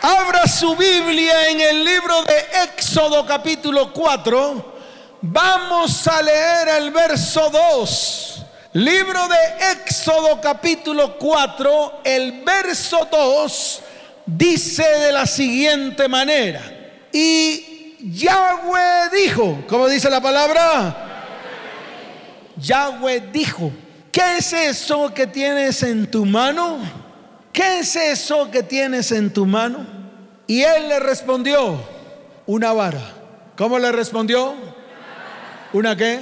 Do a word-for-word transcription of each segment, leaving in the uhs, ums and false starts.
Abra su Biblia en el libro de Éxodo capítulo cuatro. Vamos a leer el verso dos. Libro de Éxodo capítulo cuatro, el verso dos dice de la siguiente manera: y Yahweh dijo, ¿cómo dice la palabra? Yahweh dijo, ¿qué es eso que tienes en tu mano? ¿Qué es eso que tienes en tu mano? Y él le respondió, una vara. ¿Cómo le respondió? ¿Una qué?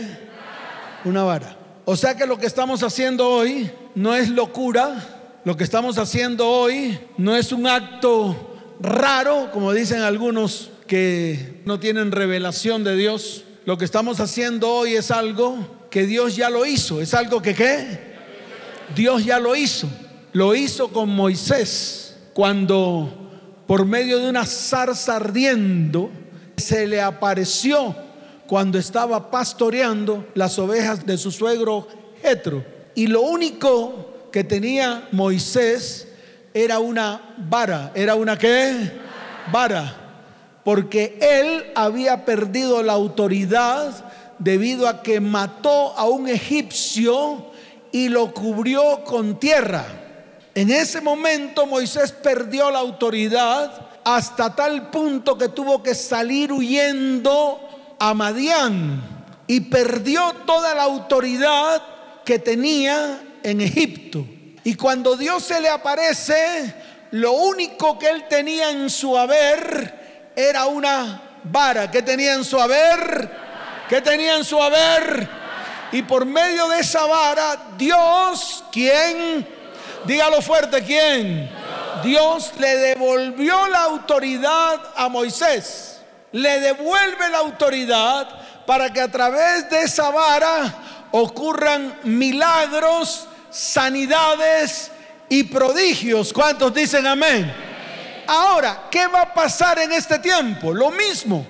Una vara. O sea que lo que estamos haciendo hoy no es locura. Lo que estamos haciendo hoy no es un acto raro, como dicen algunos que no tienen revelación de Dios. Lo que estamos haciendo hoy es algo que Dios ya lo hizo. ¿Es algo que qué? Dios ya lo hizo. Lo hizo con Moisés cuando por medio de una zarza ardiendo se le apareció cuando estaba pastoreando las ovejas de su suegro Jetro. Y lo único que tenía Moisés era una vara. ¿Era una qué? Vara. Porque él había perdido la autoridad debido a que mató a un egipcio y lo cubrió con tierra. En ese momento Moisés perdió la autoridad hasta tal punto que tuvo que salir huyendo a Madián y perdió toda la autoridad que tenía en Egipto. Y cuando Dios se le aparece, lo único que él tenía en su haber era una vara. ¿Qué tenía en su haber? ¿Qué tenía en su haber? Y por medio de esa vara, Dios, ¿quién? Dígalo fuerte, ¿quién? Dios le devolvió la autoridad a Moisés. Le devuelve la autoridad para que a través de esa vara ocurran milagros, sanidades y prodigios. ¿Cuántos dicen amén? Ahora, ¿qué va a pasar en este tiempo? Lo mismo.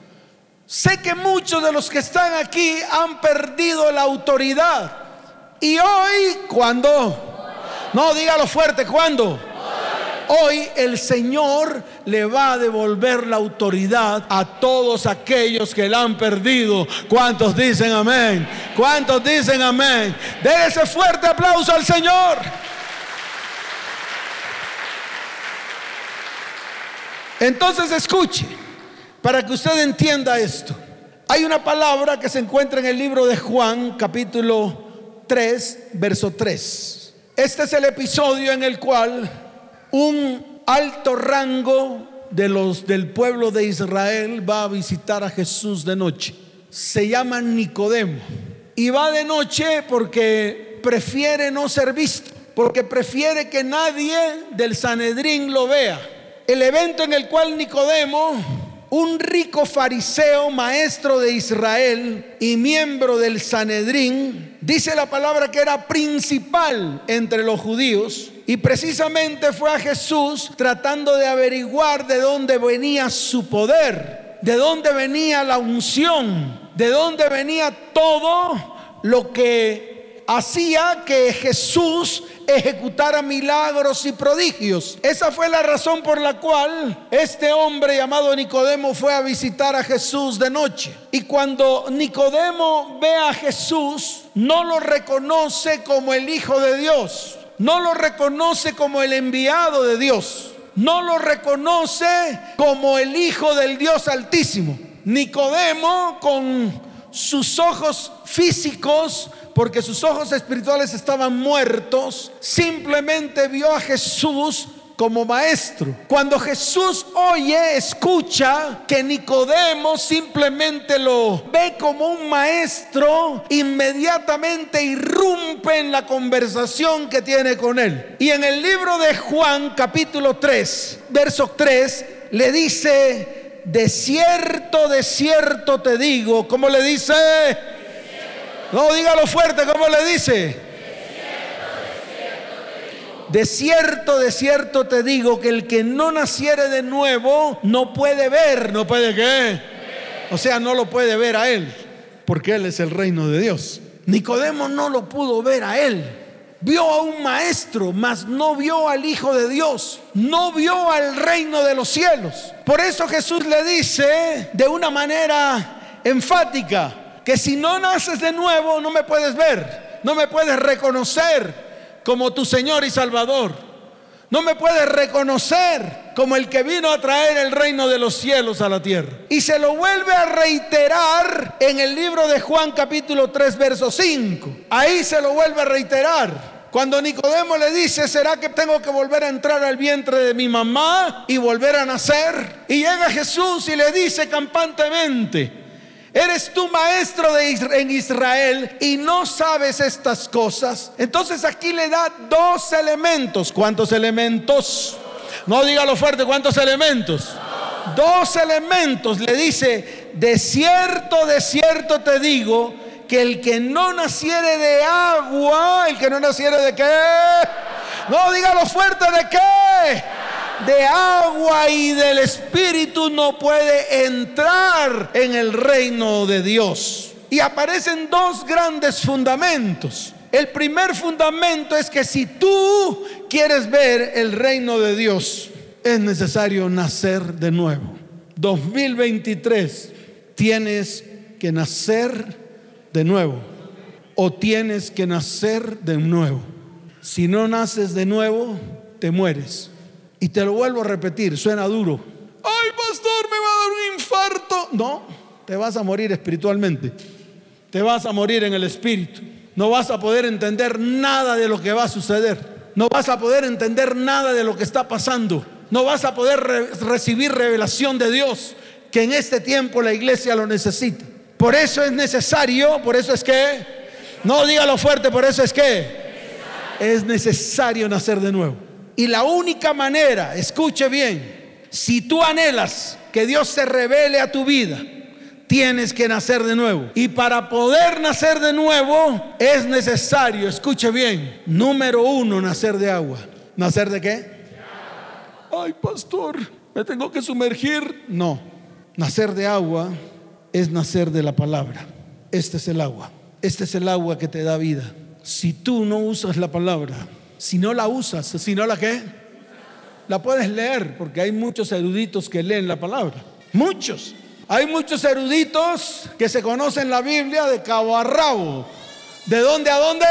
Sé que muchos de los que están aquí han perdido la autoridad. Y hoy, ¿cuándo? No, dígalo fuerte, ¿cuándo? Hoy el Señor le va a devolver la autoridad a todos aquellos que la han perdido. ¿Cuántos dicen amén? ¿Cuántos dicen amén? Dé ese fuerte aplauso al Señor. Entonces escuche, para que usted entienda esto. Hay una palabra que se encuentra en el libro de Juan, capítulo tres, verso tres. Este es el episodio en el cual un alto rango de los del pueblo de Israel va a visitar a Jesús de noche. Se llama Nicodemo y va de noche porque prefiere no ser visto, porque prefiere que nadie del Sanedrín lo vea. El evento en el cual Nicodemo, un rico fariseo, maestro de Israel y miembro del Sanedrín, dice la palabra que era principal entre los judíos, y precisamente fue a Jesús tratando de averiguar de dónde venía su poder, de dónde venía la unción, de dónde venía todo lo que hacía que Jesús ejecutara milagros y prodigios. Esa fue la razón por la cual este hombre llamado Nicodemo fue a visitar a Jesús de noche. Y cuando Nicodemo ve a Jesús, no lo reconoce como el Hijo de Dios, no lo reconoce como el enviado de Dios, no lo reconoce como el Hijo del Dios Altísimo. Nicodemo, con sus ojos físicos, porque sus ojos espirituales estaban muertos, simplemente vio a Jesús como maestro. Cuando Jesús oye, escucha que Nicodemo simplemente lo ve como un maestro, inmediatamente irrumpe en la conversación que tiene con él. Y en el libro de Juan, capítulo tres, verso tres, le dice: de cierto, de cierto te digo. ¿Cómo le dice? No, dígalo fuerte, ¿cómo le dice? De cierto, de cierto te digo que el que no naciere de nuevo no puede ver. ¿No puede qué? O sea, no lo puede ver a él, porque él es el reino de Dios. Nicodemo no lo pudo ver a él. Vio a un maestro, mas no vio al Hijo de Dios. No vio al reino de los cielos. Por eso Jesús le dice de una manera enfática que si no naces de nuevo no me puedes ver, no me puedes reconocer como tu Señor y Salvador. No me puedes reconocer como el que vino a traer el reino de los cielos a la tierra. Y se lo vuelve a reiterar en el libro de Juan capítulo tres verso cinco. Ahí se lo vuelve a reiterar. Cuando Nicodemo le dice, ¿será que tengo que volver a entrar al vientre de mi mamá y volver a nacer? Y llega Jesús y le dice campantemente, ¿eres tú maestro de Isra- en Israel y no sabes estas cosas? Entonces aquí le da dos elementos. ¿Cuántos elementos? No, dígalo fuerte, ¿cuántos elementos? Dos elementos. Le dice, de cierto, de cierto te digo, que el que no naciere de agua, el que no naciere de qué, no, dígalo fuerte, ¿de qué? De agua y del Espíritu no puede entrar en el reino de Dios. Y aparecen dos grandes fundamentos. El primer fundamento es que si tú quieres ver el reino de Dios, es necesario nacer de nuevo. dos mil veintitrés, tienes que nacer de nuevo, o tienes que nacer de nuevo. Si no naces de nuevo, te mueres. Y te lo vuelvo a repetir, suena duro. Ay, pastor, me va a dar un infarto. No, te vas a morir espiritualmente. Te vas a morir en el espíritu. No vas a poder entender nada de lo que va a suceder. No vas a poder entender nada de lo que está pasando. No vas a poder re- recibir revelación de Dios, que en este tiempo la iglesia lo necesita. Por eso es necesario, por eso es que, no, dígalo fuerte, por eso es que es necesario nacer de nuevo. Y la única manera, escuche bien, si tú anhelas que Dios se revele a tu vida, tienes que nacer de nuevo. Y para poder nacer de nuevo es necesario, escuche bien, número uno, nacer de agua. ¿Nacer de qué? Ay, pastor, ¿me tengo que sumergir? No, nacer de agua es nacer de la palabra. Este es el agua. Este es el agua que te da vida. Si tú no usas la palabra, si no la usas, si no la qué, la puedes leer, porque hay muchos eruditos que leen la palabra. Muchos. Hay muchos eruditos que se conocen la Biblia de cabo a rabo. ¿De dónde a dónde?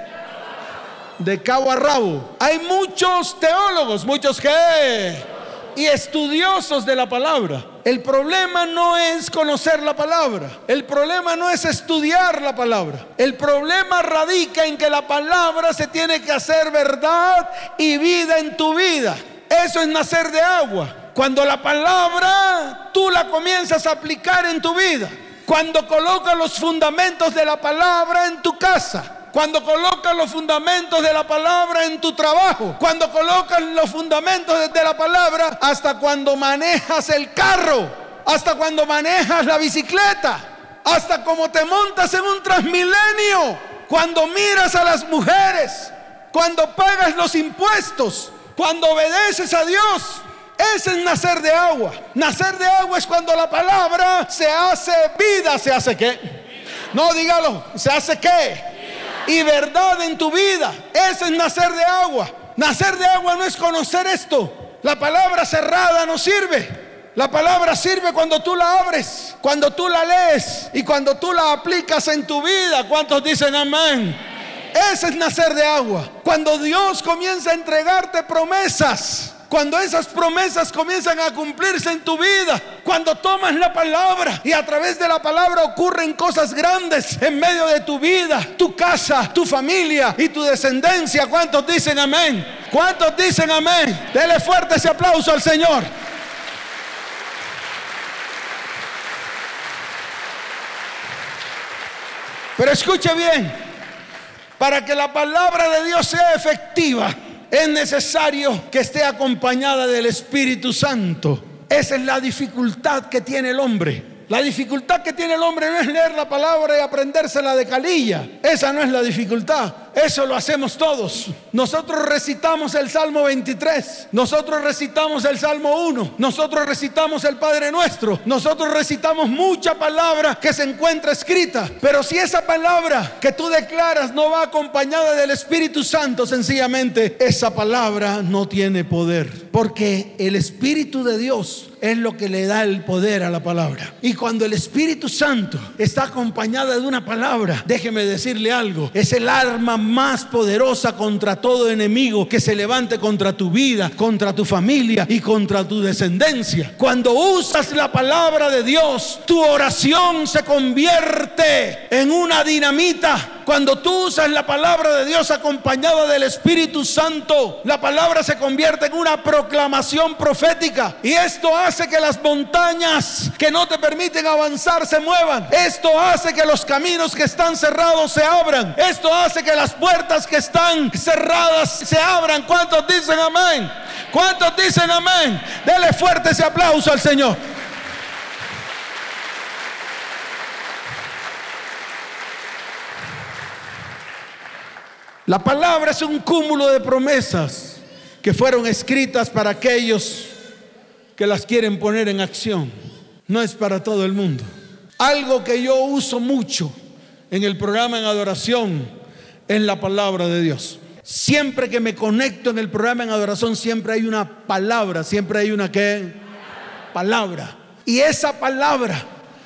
De cabo a rabo. Hay muchos teólogos, muchos que y estudiosos de la palabra. El problema no es conocer la palabra. El problema no es estudiar la palabra. El problema radica en que la palabra se tiene que hacer verdad y vida en tu vida. Eso es nacer de agua. Cuando la palabra tú la comienzas a aplicar en tu vida. Cuando colocas los fundamentos de la palabra en tu casa. Cuando colocas los fundamentos de la palabra en tu trabajo. Cuando colocas los fundamentos de la palabra hasta cuando manejas el carro. Hasta cuando manejas la bicicleta. Hasta como te montas en un Transmilenio. Cuando miras a las mujeres. Cuando pagas los impuestos. Cuando obedeces a Dios. Ese es nacer de agua. Nacer de agua es cuando la palabra se hace vida. ¿Se hace qué? No, dígalo. ¿Se hace qué? Y verdad en tu vida. Ese es nacer de agua. Nacer de agua no es conocer esto. La palabra cerrada no sirve. La palabra sirve cuando tú la abres, cuando tú la lees y cuando tú la aplicas en tu vida. ¿Cuántos dicen amén? Ese es nacer de agua. Cuando Dios comienza a entregarte promesas, cuando esas promesas comienzan a cumplirse en tu vida, cuando tomas la palabra y a través de la palabra ocurren cosas grandes en medio de tu vida, tu casa, tu familia y tu descendencia. ¿Cuántos dicen amén? ¿Cuántos dicen amén? Dele fuerte ese aplauso al Señor. Pero escuche bien, para que la palabra de Dios sea efectiva, es necesario que esté acompañada del Espíritu Santo. Esa es la dificultad que tiene el hombre. La dificultad que tiene el hombre no es leer la palabra y aprendérsela de calilla. Esa no es la dificultad. Eso lo hacemos todos. Nosotros recitamos el Salmo veintitrés. Nosotros recitamos el Salmo uno. Nosotros recitamos el Padre Nuestro. Nosotros recitamos mucha palabra que se encuentra escrita. Pero si esa palabra que tú declaras no va acompañada del Espíritu Santo, sencillamente esa palabra no tiene poder. Porque el Espíritu de Dios es lo que le da el poder a la palabra. Y cuando el Espíritu Santo está acompañada de una palabra, déjeme decirle algo, es el arma más poderosa contra todo enemigo que se levante contra tu vida, contra tu familia y contra tu descendencia. Cuando usas la palabra de Dios, tu oración se convierte en una dinamita. Cuando tú usas la palabra de Dios acompañada del Espíritu Santo, la palabra se convierte en una proclamación profética. Y esto hace que las montañas que no te permiten avanzar se muevan. Esto hace que los caminos que están cerrados se abran. Esto hace que las puertas que están cerradas se abran. ¿Cuántos dicen amén? ¿Cuántos dicen amén? Dele fuerte ese aplauso al Señor. La palabra es un cúmulo de promesas que fueron escritas para aquellos que las quieren poner en acción. No es para todo el mundo. Algo que yo uso mucho en el programa en adoración es la palabra de Dios. Siempre que me conecto en el programa en adoración, siempre hay una palabra, siempre hay una ¿qué? Palabra. Y esa palabra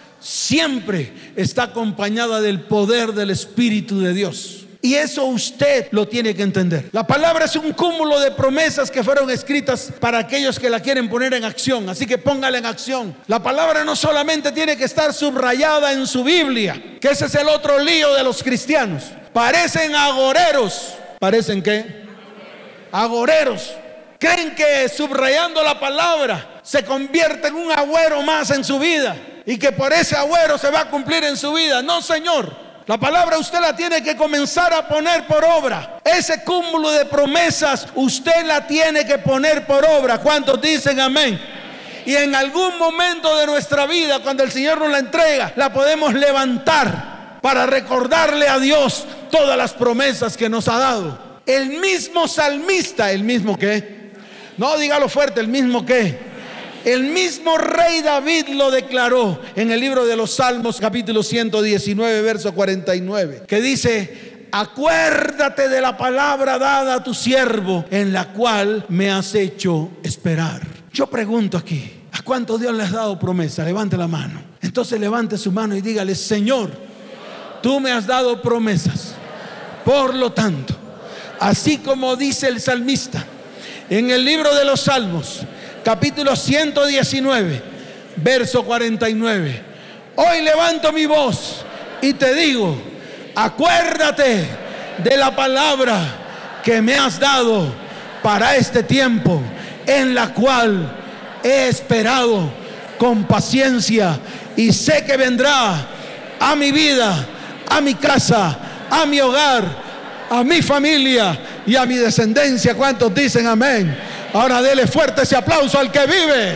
siempre está acompañada del poder del Espíritu de Dios. Y eso usted lo tiene que entender. La palabra es un cúmulo de promesas que fueron escritas para aquellos que la quieren poner en acción. Así que póngala en acción. La palabra no solamente tiene que estar subrayada en su Biblia, que ese es el otro lío de los cristianos. Parecen agoreros. ¿Parecen qué? Agoreros. Creen que subrayando la palabra se convierte en un agüero más en su vida y que por ese agüero se va a cumplir en su vida. No, señor. La palabra usted la tiene que comenzar a poner por obra. Ese cúmulo de promesas usted la tiene que poner por obra. ¿Cuántos dicen amén? Y en algún momento de nuestra vida, cuando el Señor nos la entrega, la podemos levantar para recordarle a Dios todas las promesas que nos ha dado. El mismo salmista, ¿el mismo qué? No, dígalo fuerte, ¿el mismo qué? El mismo rey David lo declaró en el libro de los Salmos, capítulo ciento diecinueve, verso cuarenta y nueve, que dice: acuérdate de la palabra dada a tu siervo, en la cual me has hecho esperar. Yo pregunto aquí, ¿a cuánto Dios les ha dado promesa? Levante la mano. Entonces levante su mano y dígale: Señor, tú me has dado promesas. Por lo tanto, así como dice el salmista en el libro de los Salmos, capítulo ciento diecinueve, verso cuarenta y nueve, hoy levanto mi voz y te digo: acuérdate de la palabra que me has dado para este tiempo, en la cual he esperado con paciencia y sé que vendrá a mi vida, a mi casa, a mi hogar, a mi familia y a mi descendencia. ¿Cuántos dicen amén? Ahora dele fuerte ese aplauso al que vive.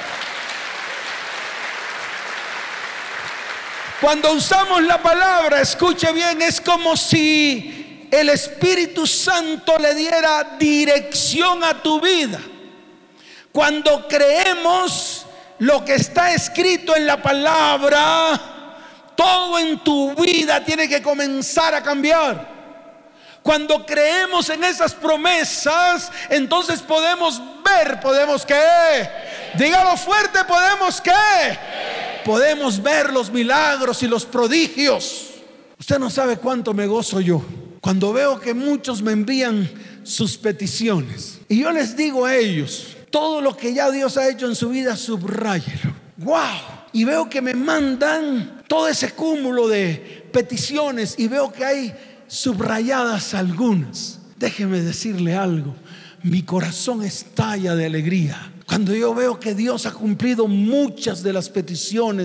Cuando usamos la palabra, escuche bien, es como si el Espíritu Santo le diera dirección a tu vida. Cuando creemos lo que está escrito en la palabra, todo en tu vida tiene que comenzar a cambiar. Cuando creemos en esas promesas, entonces podemos ver, podemos ¿qué? Dígalo fuerte, podemos ¿qué? Podemos ver los milagros y los prodigios. Usted no sabe cuánto me gozo yo cuando veo que muchos me envían sus peticiones. Y yo les digo a ellos, todo lo que ya Dios ha hecho en su vida, subráyelo. ¡Wow! Y veo que me mandan todo ese cúmulo de peticiones y veo que hay subrayadas algunas. Déjeme decirle algo, mi corazón estalla de alegría cuando yo veo que Dios ha cumplido muchas de las peticiones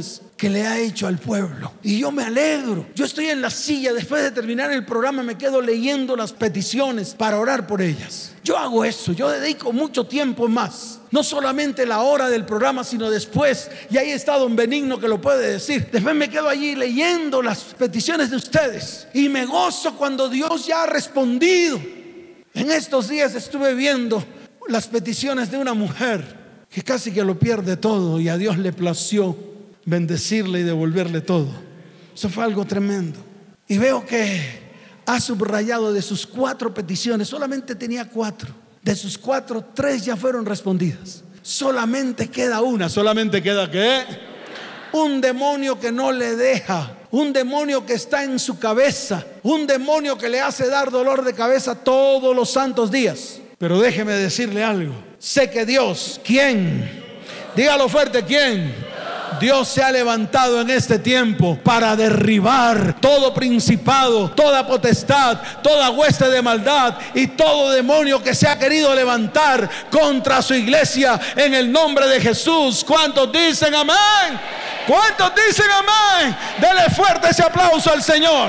que le ha hecho al pueblo. Y yo me alegro. Yo estoy en la silla, después de terminar el programa me quedo leyendo las peticiones para orar por ellas. Yo hago eso, yo dedico mucho tiempo más. No solamente la hora del programa, sino después. Y ahí está don Benigno que lo puede decir. Después me quedo allí leyendo las peticiones de ustedes. Y me gozo cuando Dios ya ha respondido. En estos días estuve viendo las peticiones de una mujer que casi que lo pierde todo y a Dios le plació bendecirle y devolverle todo. Eso fue algo tremendo. Y veo que ha subrayado de sus cuatro peticiones, solamente tenía cuatro. De sus cuatro, tres ya fueron respondidas. Solamente queda una. ¿Solamente queda qué? Un demonio que no le deja. Un demonio que está en su cabeza. Un demonio que le hace dar dolor de cabeza todos los santos días. Pero déjeme decirle algo. Sé que Dios, ¿quién? Dígalo fuerte, ¿quién? Dios se ha levantado en este tiempo para derribar todo principado, toda potestad, toda hueste de maldad y todo demonio que se ha querido levantar contra su iglesia en el nombre de Jesús. ¿Cuántos dicen amén? ¿Cuántos dicen amén? Dele fuerte ese aplauso al Señor.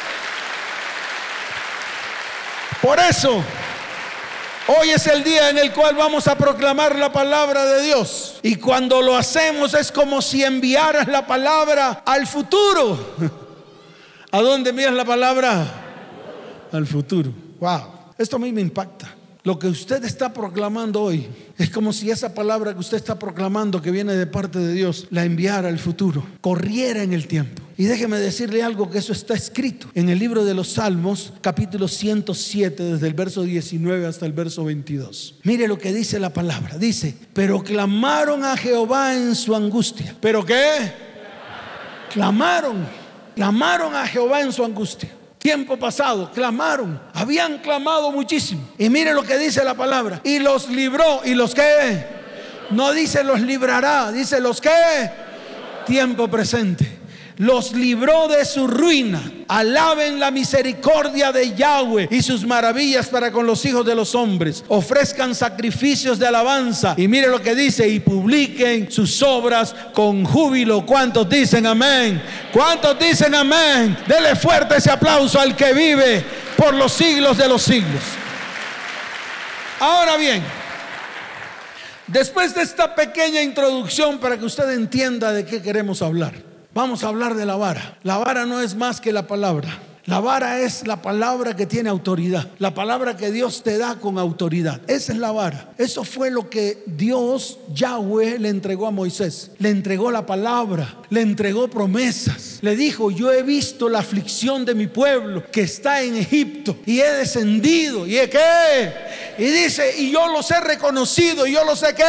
Por eso, hoy es el día en el cual vamos a proclamar la palabra de Dios. Y cuando lo hacemos es como si enviaras la palabra al futuro. ¿A dónde envías la palabra? Al futuro. Wow, esto a mí me impacta. Lo que usted está proclamando hoy es como si esa palabra que usted está proclamando, que viene de parte de Dios, la enviara al futuro, corriera en el tiempo. Y déjeme decirle algo, que eso está escrito en el libro de los Salmos, capítulo ciento siete, desde el verso diecinueve hasta el verso veintidós. Mire lo que dice la palabra. Dice: pero clamaron a Jehová en su angustia. ¿Pero qué? Clamaron. Clamaron a Jehová en su angustia. Tiempo pasado, clamaron, habían clamado muchísimo. Y mire lo que dice la palabra: y los libró. ¿Y los qué? No dice los librará, dice los qué. Tiempo presente. Los libró de su ruina. Alaben la misericordia de Yahweh y sus maravillas para con los hijos de los hombres. Ofrezcan sacrificios de alabanza. Y mire lo que dice: y publiquen sus obras con júbilo. ¿Cuántos dicen amén? ¿Cuántos dicen amén? Dele fuerte ese aplauso al que vive por los siglos de los siglos. Ahora bien, después de esta pequeña introducción para que usted entienda de qué queremos hablar, vamos a hablar de la vara. La vara no es más que la palabra. La vara es la palabra que tiene autoridad. La palabra que Dios te da con autoridad. Esa es la vara. Eso fue lo que Dios, Yahweh, le entregó a Moisés. Le entregó la palabra. Le entregó promesas. Le dijo: yo he visto la aflicción de mi pueblo que está en Egipto y he descendido. ¿Y qué? Y dice: y yo los he reconocido. Y yo los sé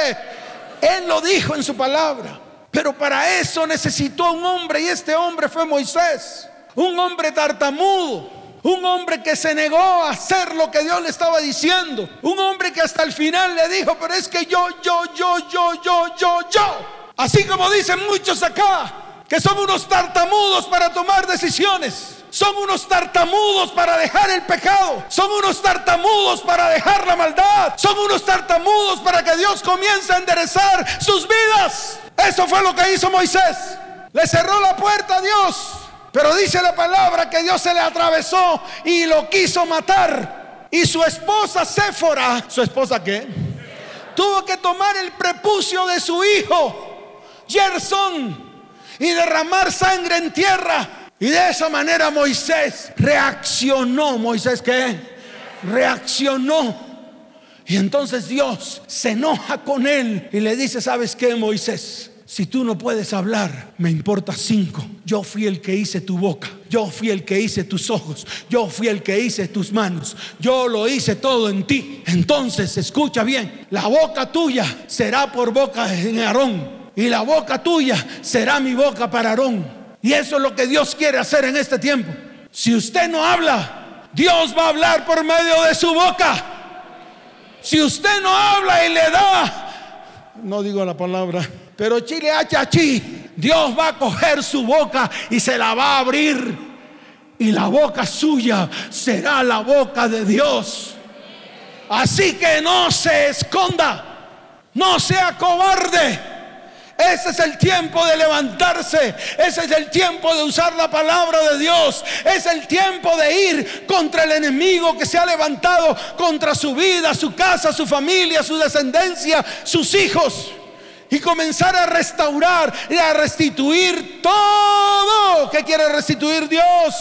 que Él lo dijo en su palabra. Pero para eso necesitó un hombre, y este hombre fue Moisés. Un hombre tartamudo, un hombre que se negó a hacer lo que Dios le estaba diciendo. Un hombre que hasta el final le dijo: pero es que yo, yo, yo, yo, yo, yo, yo. Así como dicen muchos acá, que son unos tartamudos para tomar decisiones. Son unos tartamudos para dejar el pecado. Son unos tartamudos para dejar la maldad. Son unos tartamudos para que Dios comience a enderezar sus vidas. Eso fue lo que hizo Moisés. Le cerró la puerta a Dios. Pero dice la palabra que Dios se le atravesó y lo quiso matar. Y su esposa Séfora, ¿su esposa qué? Tuvo que tomar el prepucio de su hijo Gersón y derramar sangre en tierra. Y de esa manera Moisés reaccionó. ¿Moisés qué? Reaccionó. Y entonces Dios se enoja con él y le dice: ¿sabes qué, Moisés? Si tú no puedes hablar, me importa cinco. Yo fui el que hice tu boca. Yo fui el que hice tus ojos. Yo fui el que hice tus manos. Yo lo hice todo en ti. Entonces, escucha bien: la boca tuya será por boca de Aarón, y la boca tuya será mi boca para Aarón. Y eso es lo que Dios quiere hacer en este tiempo. Si usted no habla, Dios va a hablar por medio de su boca. Si usted no habla y le da, no digo la palabra, pero chile achachí, Dios va a coger su boca y se la va a abrir, y la boca suya será la boca de Dios. Así que no se esconda, no sea cobarde. Ese es el tiempo de levantarse. Ese es el tiempo de usar la palabra de Dios. Es el tiempo de ir contra el enemigo que se ha levantado contra su vida, su casa, su familia, su descendencia, sus hijos, y comenzar a restaurar y a restituir todo. ¿Qué quiere restituir Dios?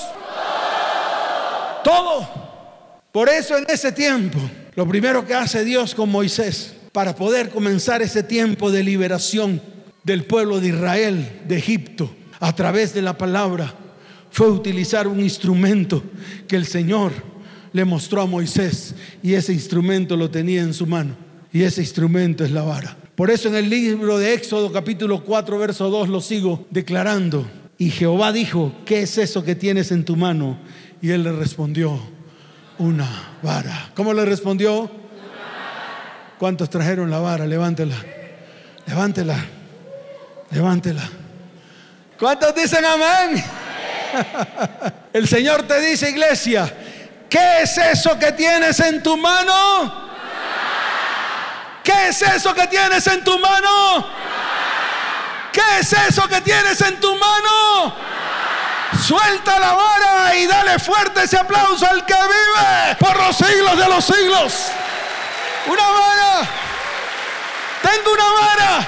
Todo. Por eso en ese tiempo, lo primero que hace Dios con Moisés para poder comenzar ese tiempo de liberación del pueblo de Israel de Egipto a través de la palabra, fue utilizar un instrumento que el Señor le mostró a Moisés, y ese instrumento lo tenía en su mano, y ese instrumento es la vara. Por eso en el libro de Éxodo capítulo cuatro verso dos lo sigo declarando: y Jehová dijo, ¿qué es eso que tienes en tu mano? Y él le respondió, una vara. ¿Cómo le respondió? ¿Cuántos trajeron la vara? Levántela, levántela, levántela. ¿Cuántos dicen amén? El Señor te dice, iglesia, ¿qué es eso que tienes en tu mano? ¿Qué es eso que tienes en tu mano? ¿Qué es eso que tienes en tu mano? Suelta la vara y dale fuerte ese aplauso al que vive por los siglos de los siglos. Una vara. Tengo una vara.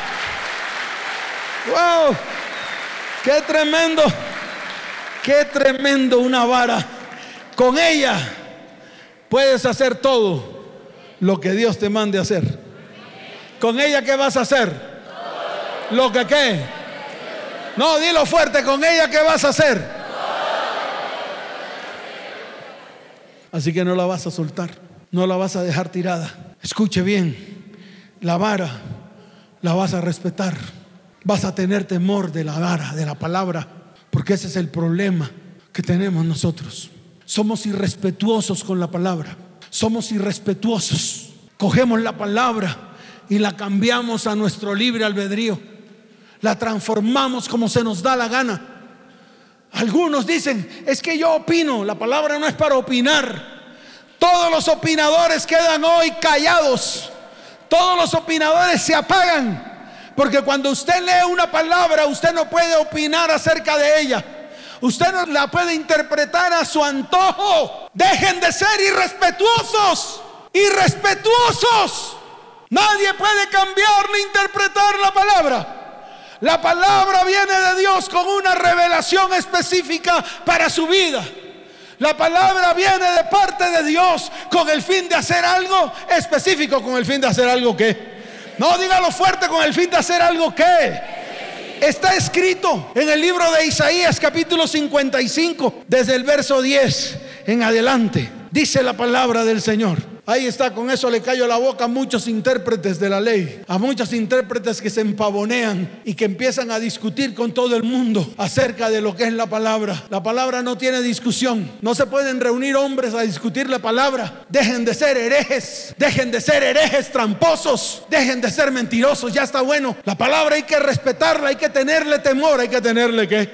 Wow. Qué tremendo. Qué tremendo una vara. Con ella puedes hacer todo lo que Dios te mande hacer. Con ella, ¿qué vas a hacer? Lo que qué. No, dilo fuerte. Con ella, ¿qué vas a hacer? Así que no la vas a soltar, no la vas a dejar tirada. Escuche bien, la vara la vas a respetar. Vas a tener temor de la vara, de la palabra, porque ese es el problema que tenemos nosotros. Somos irrespetuosos con la palabra. Somos irrespetuosos. Cogemos la palabra y la cambiamos a nuestro libre albedrío. La transformamos como se nos da la gana. Algunos dicen, es que yo opino. La palabra no es para opinar. Todos los opinadores quedan hoy callados. Todos los opinadores se apagan. Porque cuando usted lee una palabra, usted no puede opinar acerca de ella. Usted no la puede interpretar a su antojo. Dejen de ser irrespetuosos. Irrespetuosos. Nadie puede cambiar ni interpretar la palabra. La palabra viene de Dios con una revelación específica para su vida. La palabra viene de parte de Dios con el fin de hacer algo específico. ¿Con el fin de hacer algo qué? No, dígalo fuerte. ¿Con el fin de hacer algo qué? Está escrito en el libro de Isaías capítulo cincuenta y cinco, desde el verso diez en adelante. Dice la palabra del Señor. Ahí está, con eso le callo la boca a muchos intérpretes de la ley, a muchos intérpretes que se empavonean y que empiezan a discutir con todo el mundo acerca de lo que es la palabra. La palabra no tiene discusión. No se pueden reunir hombres a discutir la palabra. Dejen de ser herejes, dejen de ser herejes tramposos, dejen de ser mentirosos. Ya está bueno. La palabra hay que respetarla, hay que tenerle temor. ¿Hay que tenerle qué?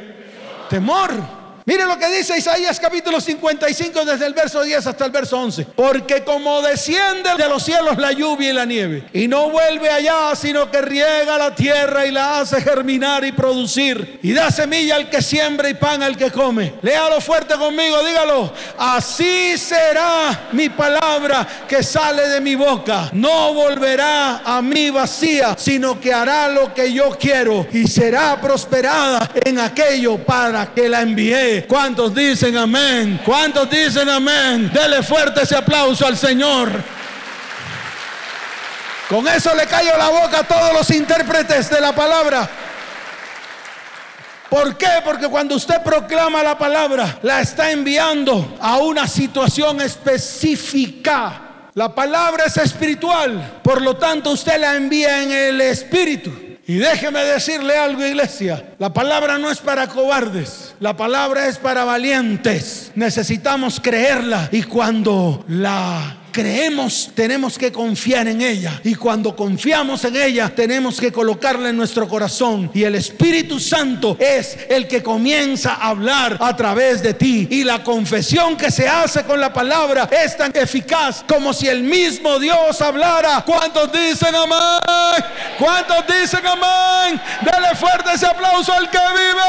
Temor. Mire lo que dice Isaías capítulo cincuenta y cinco, desde el verso diez hasta el verso once. Porque como desciende de los cielos la lluvia y la nieve, y no vuelve allá, sino que riega la tierra y la hace germinar y producir, y da semilla al que siembra y pan al que come. Léalo fuerte conmigo, dígalo. Así será mi palabra que sale de mi boca. No volverá a mí vacía, sino que hará lo que yo quiero, y será prosperada en aquello para que la envié. ¿Cuántos dicen amén? ¿Cuántos dicen amén? Dele fuerte ese aplauso al Señor. Con eso le callo la boca a todos los intérpretes de la palabra. ¿Por qué? Porque cuando usted proclama la palabra, la está enviando a una situación específica. La palabra es espiritual, por lo tanto usted la envía en el espíritu. Y déjeme decirle algo, iglesia. La palabra no es para cobardes. La palabra es para valientes. Necesitamos creerla. Y cuando la creemos, tenemos que confiar en ella. Y cuando confiamos en ella, tenemos que colocarla en nuestro corazón. Y el Espíritu Santo es el que comienza a hablar a través de ti. Y la confesión que se hace con la palabra es tan eficaz como si el mismo Dios hablara. ¿Cuántos dicen amén? ¿Cuántos dicen amén? Dele fuerte ese aplauso al que vive.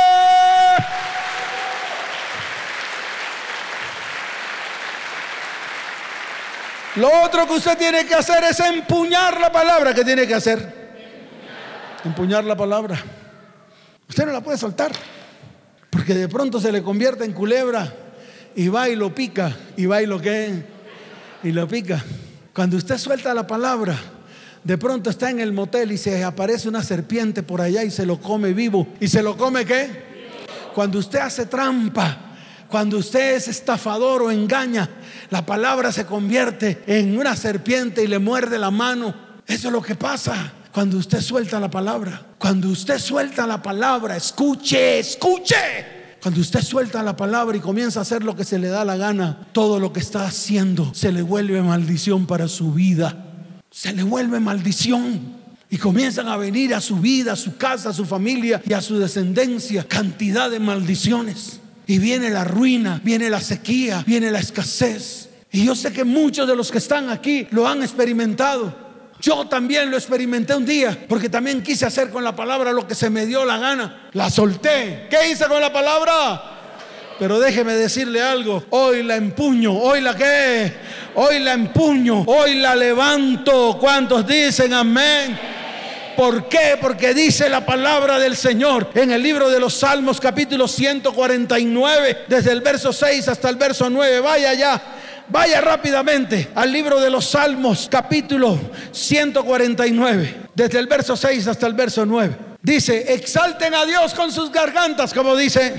Lo otro que usted tiene que hacer es empuñar la palabra. ¿Qué tiene que hacer? Empuñar la palabra. Usted no la puede soltar, porque de pronto se le convierte en culebra y va y lo pica. Y va y lo que y lo pica. Cuando usted suelta la palabra, de pronto está en el motel y se aparece una serpiente por allá y se lo come vivo. ¿Y se lo come qué? Cuando usted hace trampa, cuando usted es estafador o engaña, la palabra se convierte en una serpiente y le muerde la mano. Eso es lo que pasa cuando usted suelta la palabra. Cuando usted suelta la palabra, escuche, escuche. Cuando usted suelta la palabra y comienza a hacer lo que se le da la gana, todo lo que está haciendo se le vuelve maldición para su vida. Se le vuelve maldición. Y comienzan a venir a su vida, a su casa, a su familia y a su descendencia cantidad de maldiciones. Y viene la ruina, viene la sequía, viene la escasez. Y yo sé que muchos de los que están aquí lo han experimentado. Yo también lo experimenté un día, porque también quise hacer con la palabra lo que se me dio la gana. La solté. ¿Qué hice con la palabra? Pero déjeme decirle algo. Hoy la empuño. ¿Hoy la qué? Hoy la empuño. Hoy la levanto. ¿Cuántos dicen amén? ¿Por qué? Porque dice la palabra del Señor en el libro de los Salmos, capítulo ciento cuarenta y nueve, desde el verso seis hasta el verso nueve. Vaya ya, vaya rápidamente al libro de los Salmos, capítulo ciento cuarenta y nueve, desde el verso seis hasta el verso nueve. Dice: exalten a Dios con sus gargantas, como dice.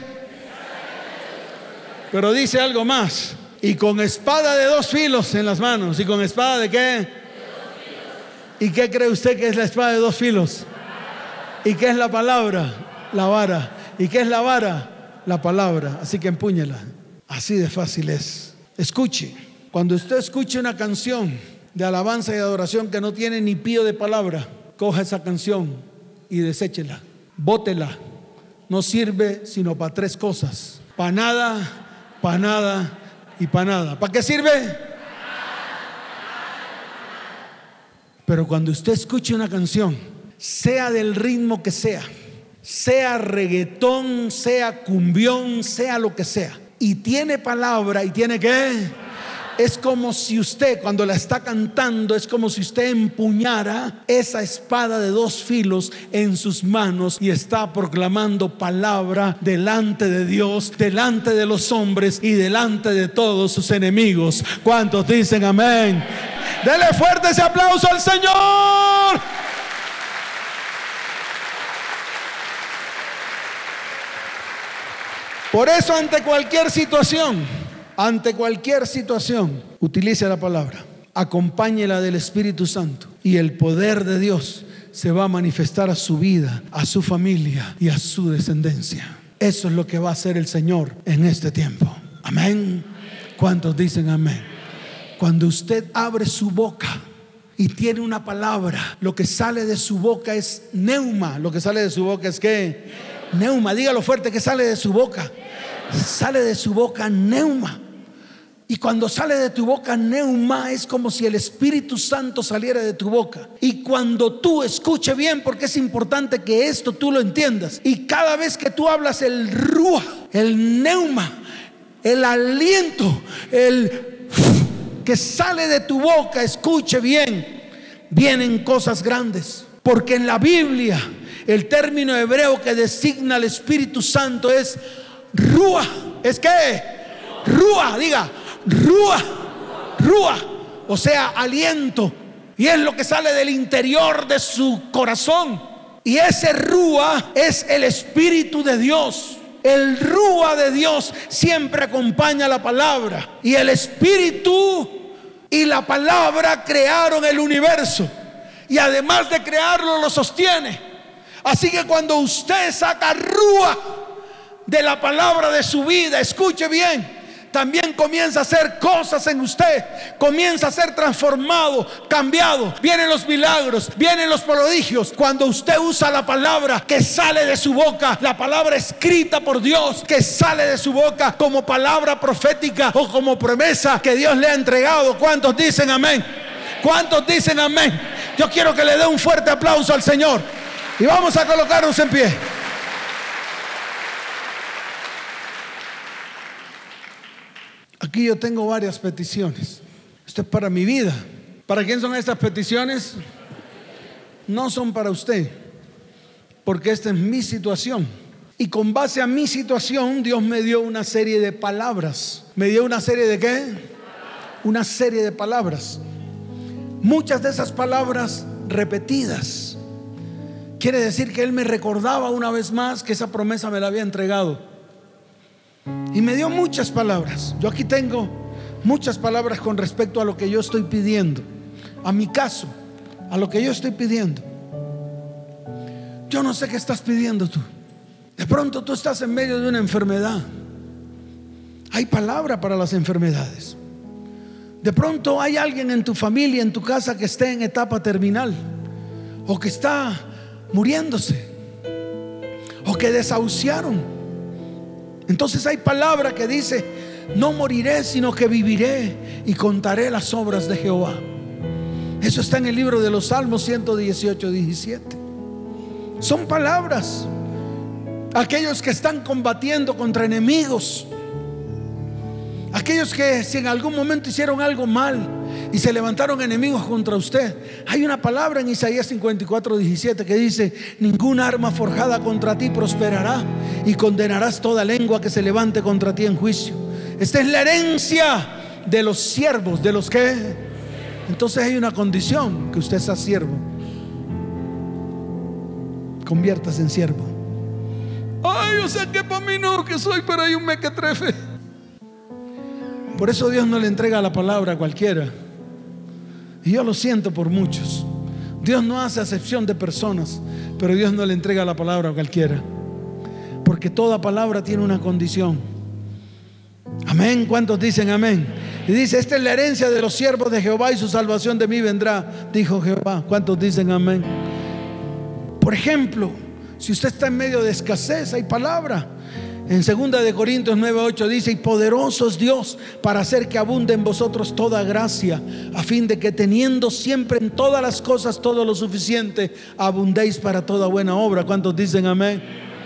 Pero dice algo más: y con espada de dos filos en las manos. ¿Y con espada de qué? ¿Y qué cree usted que es la espada de dos filos? ¿Y qué es la palabra? La vara. ¿Y qué es la vara? La palabra. Así que empúñela. Así de fácil es. Escuche. Cuando usted escuche una canción de alabanza y adoración que no tiene ni pío de palabra, coja esa canción y deséchela. Bótela. No sirve sino para tres cosas: para nada, para nada y para nada. ¿Para qué sirve? Pero cuando usted escuche una canción, sea del ritmo que sea, sea reggaetón, sea cumbión, sea lo que sea, y tiene palabra y tiene qué, es como si usted, cuando la está cantando, es como si usted empuñara esa espada de dos filos en sus manos y está proclamando palabra delante de Dios, delante de los hombres y delante de todos sus enemigos. ¿Cuántos dicen amén? Dele fuerte ese aplauso al Señor. Por eso, ante cualquier situación, ante cualquier situación, utilice la palabra, acompáñela del Espíritu Santo, y el poder de Dios se va a manifestar a su vida, a su familia y a su descendencia. Eso es lo que va a hacer el Señor en este tiempo. Amén. ¿Cuántos dicen amén? Cuando usted abre su boca y tiene una palabra, lo que sale de su boca es neuma. Lo que sale de su boca es ¿qué? Neuma. Dígalo fuerte, que sale de su boca. Sale de su boca neuma. Y cuando sale de tu boca neuma, es como si el Espíritu Santo saliera de tu boca. Y cuando tú, escuche bien, porque es importante que esto tú lo entiendas, y cada vez que tú hablas el ruah, el neuma, el aliento, el que sale de tu boca, escuche bien, vienen cosas grandes. Porque en la Biblia el término hebreo que designa al Espíritu Santo es ruah. ¿Es qué? Ruah, diga ruah, ruah, o sea, aliento. Y es lo que sale del interior de su corazón. Y ese ruah es el Espíritu de Dios. El ruah de Dios siempre acompaña la palabra. Y el Espíritu y la palabra crearon el universo. Y además de crearlo, lo sostiene. Así que cuando usted saca ruah de la palabra de su vida, escuche bien, también comienza a hacer cosas en usted. Comienza a ser transformado, cambiado. Vienen los milagros, vienen los prodigios cuando usted usa la palabra que sale de su boca, la palabra escrita por Dios que sale de su boca como palabra profética o como promesa que Dios le ha entregado. ¿Cuántos dicen amén? ¿Cuántos dicen amén? Yo quiero que le dé un fuerte aplauso al Señor. Y vamos a colocarnos en pie. Aquí yo tengo varias peticiones. Esto es para mi vida. ¿Para quién son estas peticiones? No son para usted, porque esta es mi situación. Y con base a mi situación, Dios me dio una serie de palabras. ¿Me dio una serie de qué? Una serie de palabras. Muchas de esas palabras repetidas. Quiere decir que Él me recordaba una vez más que esa promesa me la había entregado. Y me dio muchas palabras. Yo aquí tengo muchas palabras con respecto a lo que yo estoy pidiendo, a mi caso, a lo que yo estoy pidiendo. Yo no sé qué estás pidiendo tú. De pronto tú estás en medio de una enfermedad. Hay palabra para las enfermedades. De pronto hay alguien en tu familia, en tu casa, que esté en etapa terminal, o que está muriéndose, o que desahuciaron. Entonces hay palabra que dice: no moriré, sino que viviré y contaré las obras de Jehová. Eso está en el libro de los Salmos ciento dieciocho, diecisiete. Son palabras. Aquellos que están combatiendo contra enemigos, aquellos que si en algún momento hicieron algo mal y se levantaron enemigos contra usted, hay una palabra en Isaías cincuenta y cuatro, diecisiete que dice: ninguna arma forjada contra ti prosperará, y condenarás toda lengua que se levante contra ti en juicio. Esta es la herencia de los siervos, de los que... Entonces hay una condición: que usted sea siervo. Conviértase en siervo. Ay, yo sé que para mí no, que soy, pero hay un mequetrefe. Por eso Dios no le entrega la palabra a cualquiera. Y yo lo siento por muchos. Dios no hace acepción de personas, pero Dios no le entrega la palabra a cualquiera, porque toda palabra tiene una condición. Amén. ¿Cuántos dicen amén? Y dice: esta es la herencia de los siervos de Jehová, y su salvación de mí vendrá, dijo Jehová. ¿Cuántos dicen amén? Por ejemplo, si usted está en medio de escasez, hay palabra. En segunda de Corintios nueve, ocho dice: y poderoso es Dios para hacer que abunde en vosotros toda gracia, a fin de que teniendo siempre en todas las cosas todo lo suficiente, abundéis para toda buena obra. ¿Cuántos dicen amén?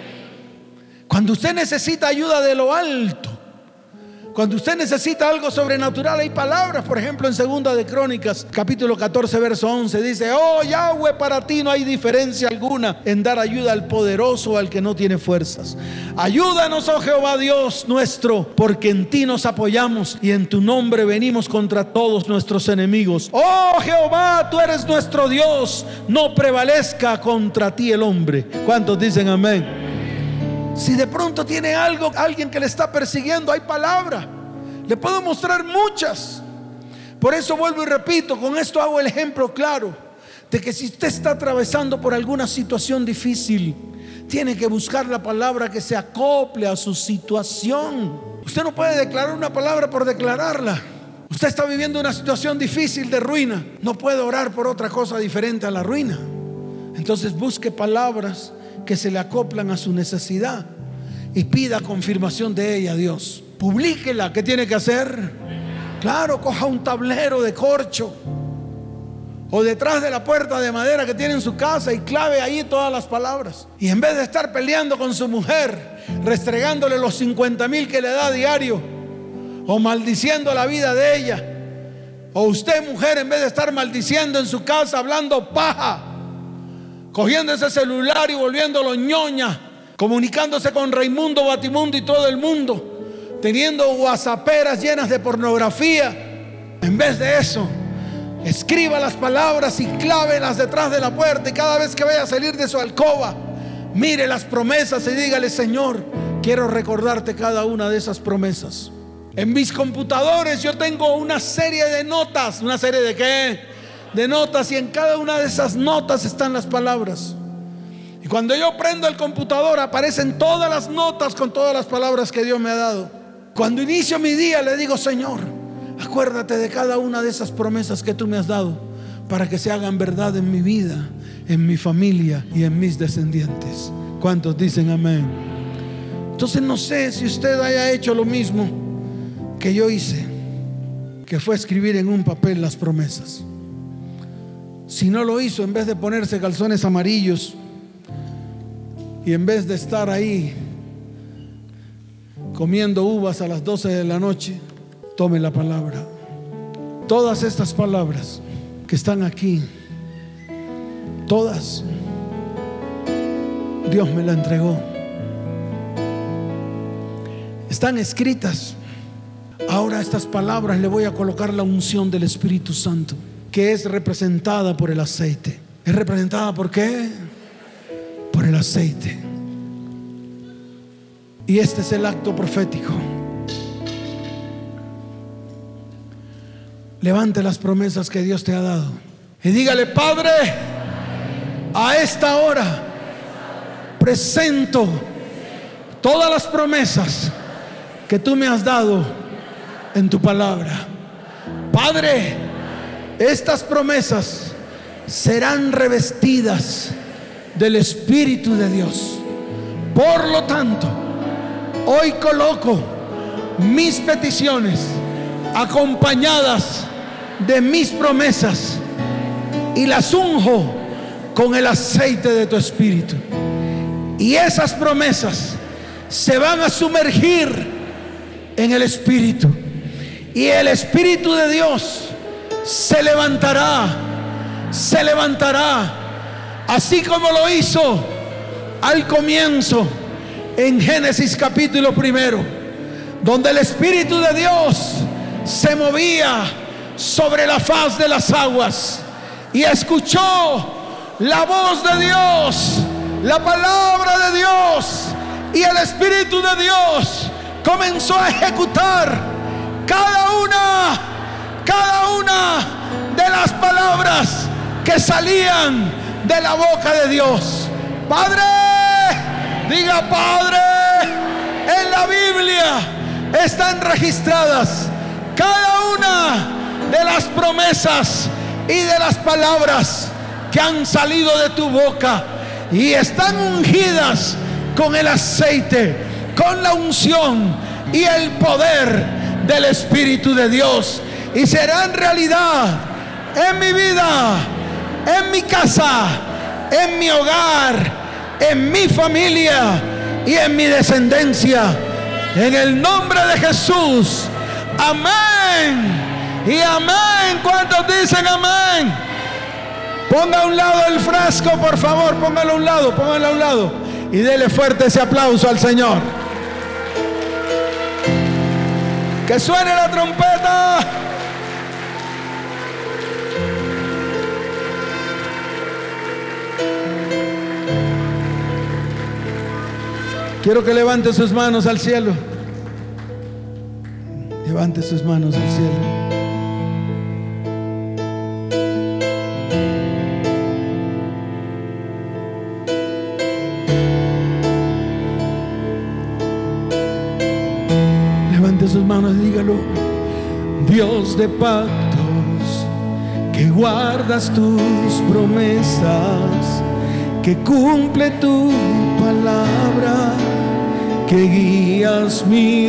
Cuando usted necesita ayuda de lo alto, cuando usted necesita algo sobrenatural, hay palabras. Por ejemplo, en segunda de Crónicas capítulo catorce, verso once dice: oh Yahweh, para ti no hay diferencia alguna en dar ayuda al poderoso o al que no tiene fuerzas. Ayúdanos, oh Jehová Dios nuestro, porque en ti nos apoyamos y en tu nombre venimos contra todos nuestros enemigos. Oh Jehová, tú eres nuestro Dios, no prevalezca contra ti el hombre. ¿Cuántos dicen amén? Si de pronto tiene algo, alguien que le está persiguiendo, hay palabra. Le puedo mostrar muchas. Por eso vuelvo y repito, con esto hago el ejemplo claro de que si usted está atravesando por alguna situación difícil, tiene que buscar la palabra que se acople a su situación. Usted no puede declarar una palabra por declararla. Usted está viviendo una situación difícil de ruina, no puede orar por otra cosa diferente a la ruina. Entonces busque palabras que se le acoplan a su necesidad y pida confirmación de ella a Dios. Publíquela. ¿Qué tiene que hacer? Claro, coja un tablero de corcho o detrás de la puerta de madera que tiene en su casa y clave ahí todas las palabras. Y en vez de estar peleando con su mujer, restregándole los cincuenta mil que le da diario, o maldiciendo la vida de ella, o usted, mujer, en vez de estar maldiciendo en su casa, hablando paja, cogiendo ese celular y volviéndolo ñoña, comunicándose con Raimundo, Batimundo y todo el mundo, teniendo whatsapperas llenas de pornografía, en vez de eso, escriba las palabras y clávelas detrás de la puerta, y cada vez que vaya a salir de su alcoba, mire las promesas y dígale: Señor, quiero recordarte cada una de esas promesas. En mis computadores yo tengo una serie de notas. ¿Una serie de qué? De notas, y en cada una de esas notas están las palabras. Y cuando yo prendo el computador, aparecen todas las notas con todas las palabras que Dios me ha dado. Cuando inicio mi día, le digo: Señor, acuérdate de cada una de esas promesas que tú me has dado, para que se hagan verdad en mi vida, en mi familia y en mis descendientes. ¿Cuántos dicen amén? Entonces no sé si usted haya hecho lo mismo que yo hice, que fue escribir en un papel las promesas. Si no lo hizo, en vez de ponerse calzones amarillos y en vez de estar ahí comiendo uvas a las doce de la noche, tome la palabra. Todas estas palabras que están aquí, todas, Dios me las entregó. Están escritas. Ahora a estas palabras le voy a colocar la unción del Espíritu Santo, que es representada por el aceite. ¿Es representada por qué? Por el aceite. Y este es el acto profético. Levante las promesas que Dios te ha dado y dígale: Padre, a esta hora presento todas las promesas que tú me has dado en tu palabra. Padre, estas promesas serán revestidas del Espíritu de Dios. Por lo tanto, hoy coloco mis peticiones acompañadas de mis promesas y las unjo con el aceite de tu Espíritu. Y esas promesas se van a sumergir en el Espíritu. Y el Espíritu de Dios se levantará, se levantará, así como lo hizo al comienzo en Génesis capítulo primero, donde el Espíritu de Dios se movía sobre la faz de las aguas y escuchó la voz de Dios, la palabra de Dios, y el Espíritu de Dios comenzó a ejecutar cada una, cada una de las palabras que salían de la boca de Dios. Padre, diga: Padre, en la Biblia están registradas cada una de las promesas y de las palabras que han salido de tu boca, y están ungidas con el aceite, con la unción y el poder del Espíritu de Dios, y serán realidad en mi vida, en mi casa, en mi hogar, en mi familia y en mi descendencia, en el nombre de Jesús. Amén y amén. ¿Cuántos dicen amén? Ponga a un lado el frasco, por favor, póngalo a un lado, póngalo a un lado y dele fuerte ese aplauso al Señor. Que suene la trompeta. Quiero que levante sus manos al cielo. Levante sus manos al cielo. Levante sus manos y dígalo: Dios de pactos, que guardas tus promesas, que cumple tu palabra, que guías mi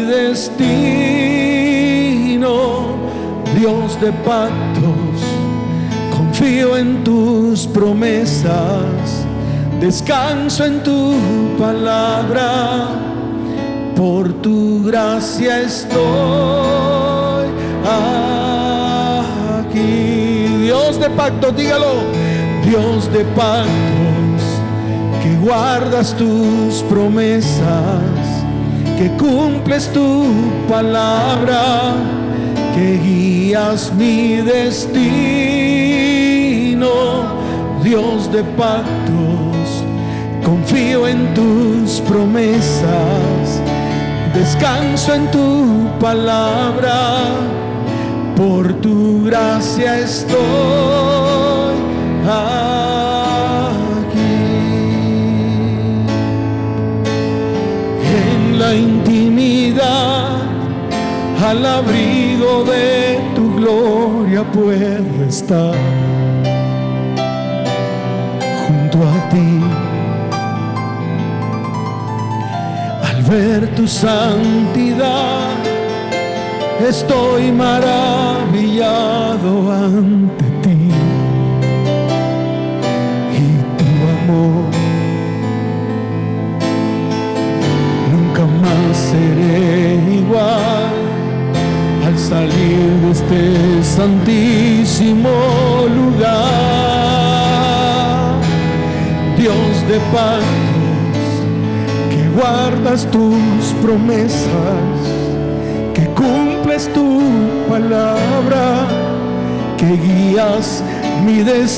destino. Dios de pactos, confío en tus promesas, descanso en tu palabra, por tu gracia estoy aquí. Dios de pactos, dígalo: Dios de pactos, que guardas tus promesas, que cumples tu palabra, que guías mi destino. Dios de pactos, confío en tus promesas, descanso en tu palabra, por tu gracia estoy aquí. En la intimidad, al abrigo de tu gloria puedo estar junto a ti. Al ver tu santidad, estoy maravillado ante ti. santísimo lugar. Dios de pactos, que guardas tus promesas, que cumples tu palabra, que guías mi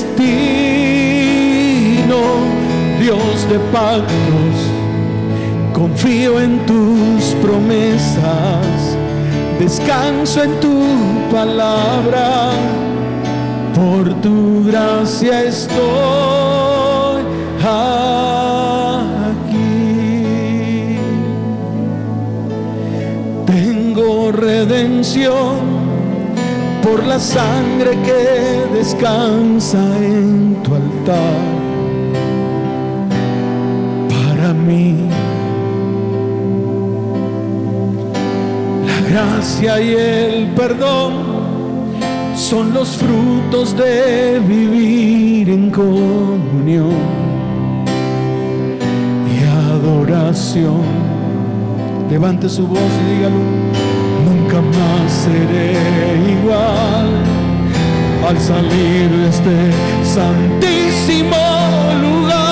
destino. Dios de pactos, confío en tus promesas, descanso en tu palabra, por tu gracia estoy aquí. Tengo redención por la sangre que descansa en tu altar. Para mí la gracia y el perdón son los frutos de vivir en comunión y adoración. Levante su voz y dígalo: nunca más seré igual al salir de este santísimo lugar.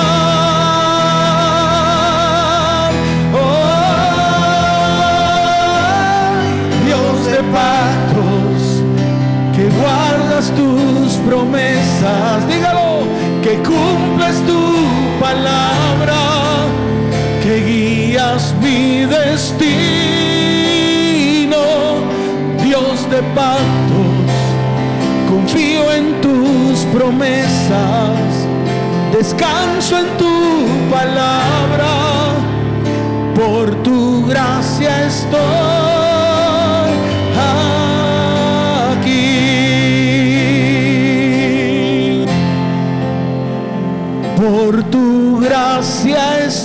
Pactos, que guardas tus promesas, dígalo, que cumples tu palabra, que guías mi destino. Dios de pactos, confío en tus promesas, descanso en tu palabra, por tu gracia estoy aquí. Por tu gracia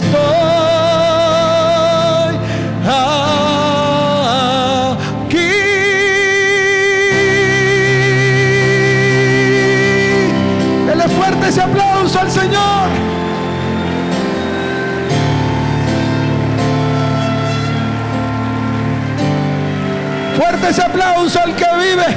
estoy aquí. Dele fuerte ese aplauso al Señor. Fuerte ese aplauso al que vive.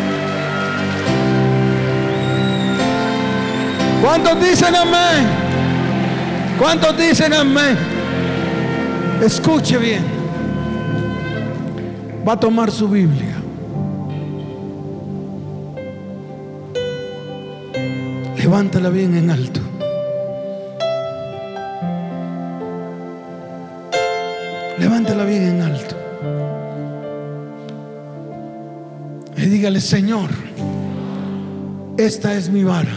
¿Cuántos dicen amén? ¿Cuántos dicen amén? Escuche bien. Va a tomar su Biblia. Levántala bien en alto. Levántala bien en alto. Y dígale: Señor, esta es mi vara.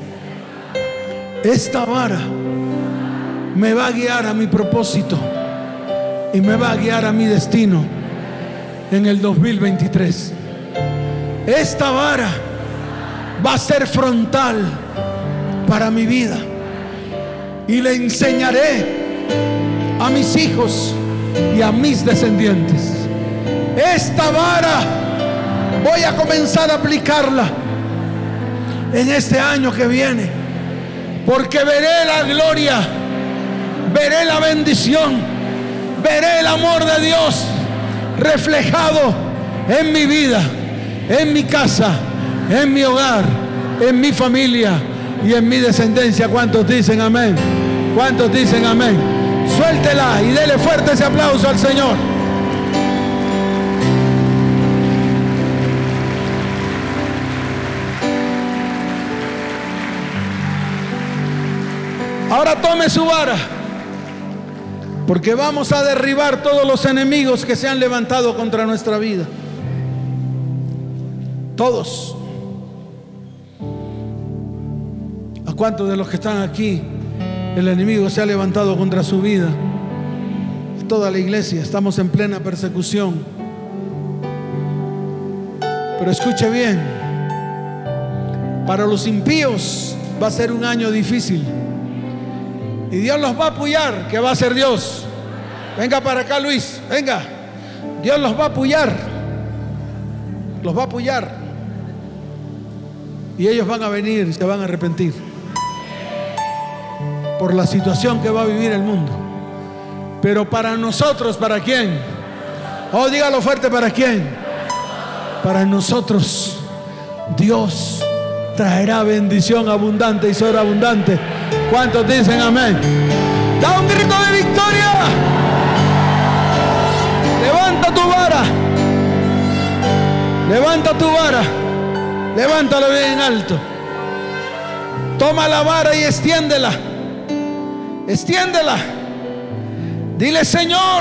Esta vara me va a guiar a mi propósito y me va a guiar a mi destino en el dos mil veintitrés. Esta vara va a ser frontal para mi vida y le enseñaré a mis hijos y a mis descendientes. Esta vara voy a comenzar a aplicarla en este año que viene, porque veré la gloria, veré la bendición, veré el amor de Dios reflejado en mi vida, en mi casa, en mi hogar, en mi familia y en mi descendencia. ¿Cuántos dicen amén? ¿Cuántos dicen amén? Suéltela y dele fuerte ese aplauso al Señor. Ahora tome su vara, porque vamos a derribar todos los enemigos que se han levantado contra nuestra vida. Todos. ¿A cuántos de los que están aquí el enemigo se ha levantado contra su vida? Toda la iglesia, estamos en plena persecución. Pero escuche bien, para los impíos va a ser un año difícil. Y Dios los va a apoyar, que va a ser Dios. Venga para acá, Luis, venga. Dios los va a apoyar. Los va a apoyar. Y ellos van a venir y se van a arrepentir por la situación que va a vivir el mundo. Pero para nosotros, ¿para quién? Oh, dígalo fuerte, ¿para quién? Para nosotros Dios traerá bendición abundante y sobreabundante. ¿Cuántos dicen amén? Da un grito de victoria. Levanta tu vara. Levanta tu vara. Levántala bien alto. Toma la vara y extiéndela. Extiéndela. Dile: Señor,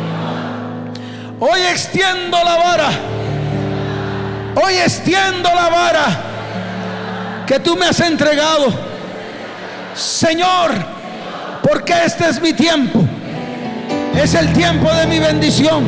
hoy extiendo la vara. Hoy extiendo la vara que tú me has entregado, Señor, porque este es mi tiempo. Es el tiempo de mi bendición.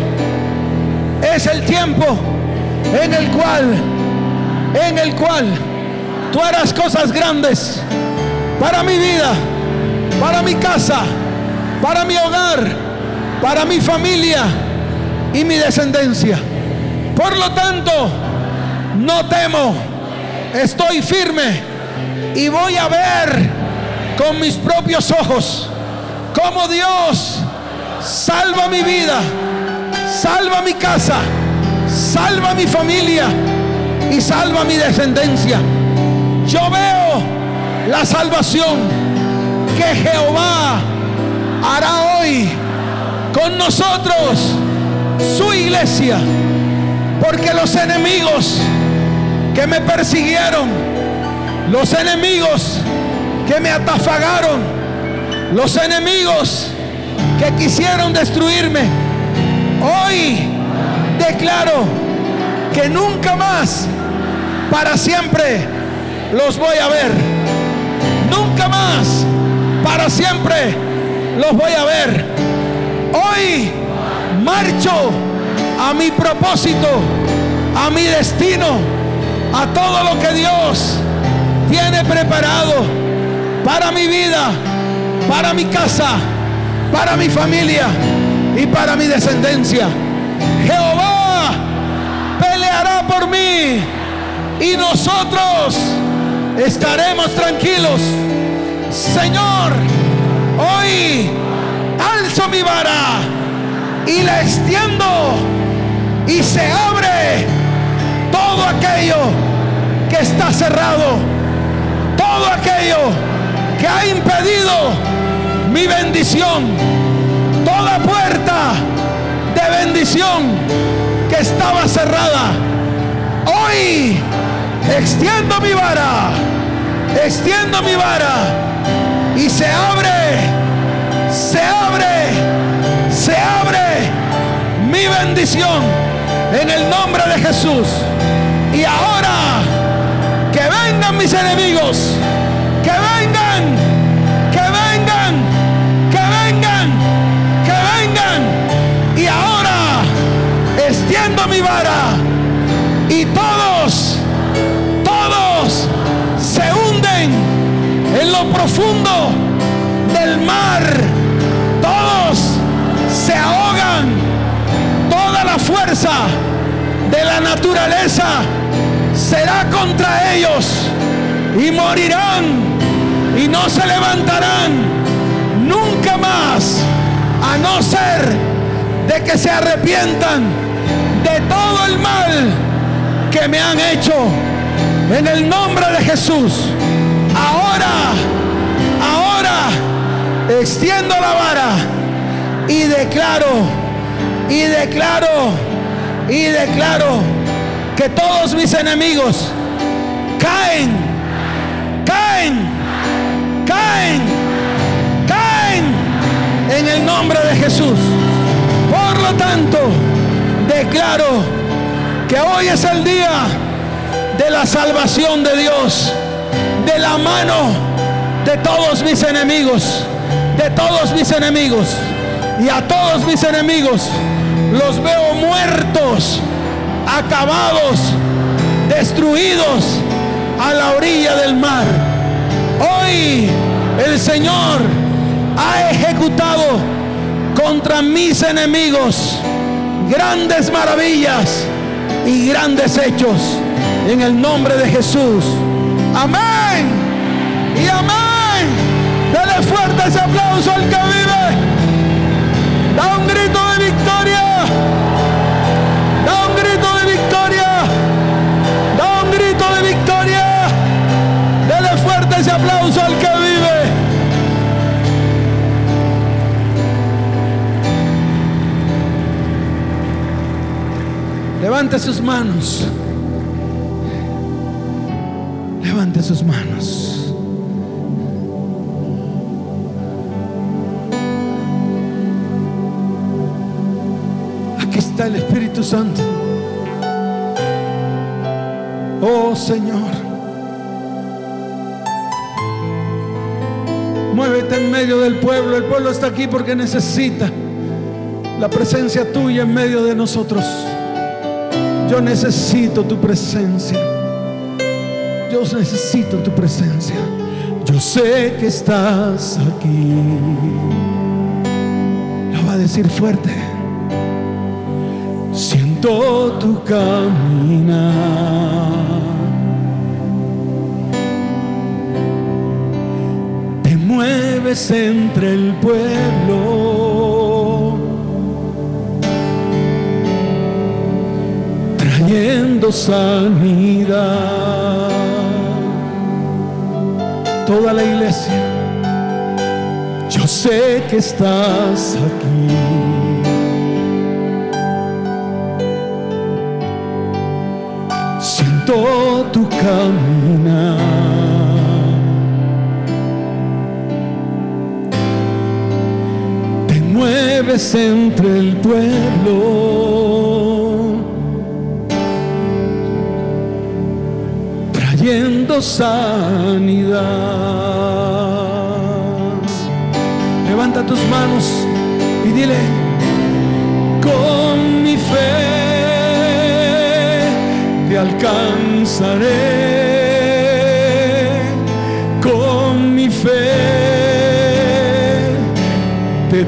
Es el tiempo en el cual, en el cual tú harás cosas grandes para mi vida, para mi casa, para mi hogar, para mi familia y mi descendencia. Por lo tanto, no temo, estoy firme y voy a ver con mis propios ojos cómo Dios salva mi vida, salva mi casa, salva mi familia y salva mi descendencia. Yo veo la salvación que Jehová hará hoy con nosotros, su iglesia, porque los enemigos que me persiguieron, los enemigos que me atafagaron, los enemigos que quisieron destruirme, hoy declaro que nunca más, para siempre, los voy a ver. Nunca más, para siempre, los voy a ver. Hoy marcho a mi propósito, a mi destino, a todo lo que Dios tiene preparado para mi vida, para mi casa, para mi familia y para mi descendencia. Jehová peleará por mí y nosotros estaremos tranquilos. Señor, hoy alzo mi vara y la extiendo y se abre todo aquello que está cerrado, todo aquello que ha impedido mi bendición, toda puerta de bendición que estaba cerrada. Hoy extiendo mi vara, extiendo mi vara y se abre, se abre, se abre mi bendición en el nombre de Jesús. Y ahora que vengan mis enemigos, que vengan, que vengan, que vengan, que vengan. Y ahora extiendo mi vara y todos, todos se hunden en lo profundo del mar. Todos se ahogan. Toda la fuerza de la naturaleza será contra ellos y morirán y no se levantarán nunca más, a no ser de que se arrepientan de todo el mal que me han hecho, en el nombre de Jesús. Ahora, ahora extiendo la vara y declaro y declaro y declaro que todos mis enemigos caen, caen, caen, caen en el nombre de Jesús. Por lo tanto, declaro que hoy es el día de la salvación de Dios, de la mano de todos mis enemigos, de todos mis enemigos. Y a todos mis enemigos los veo muertos, acabados, destruidos a la orilla del mar. Hoy el Señor ha ejecutado contra mis enemigos grandes maravillas y grandes hechos en el nombre de Jesús. Amén y amén. Dale fuerte ese aplauso al que vive. Da un grito de victoria. Da un grito de victoria. Da un grito de victoria. aplauso al que vive. Levante sus manos. Levante sus manos. Aquí está el Espíritu Santo. Oh Señor, muévete en medio del pueblo. El pueblo está aquí porque necesita la presencia tuya en medio de nosotros. Yo necesito tu presencia. Yo necesito tu presencia. Yo sé que estás aquí. Lo va a decir fuerte. Siento tu caminar. Te mueves entre el pueblo, trayendo sanidad. Toda la iglesia, yo sé que estás aquí. Siento tu caminar. Te mueves entre el pueblo, trayendo sanidad. Levanta tus manos y dile: con mi fe te alcanzaré, con mi fe te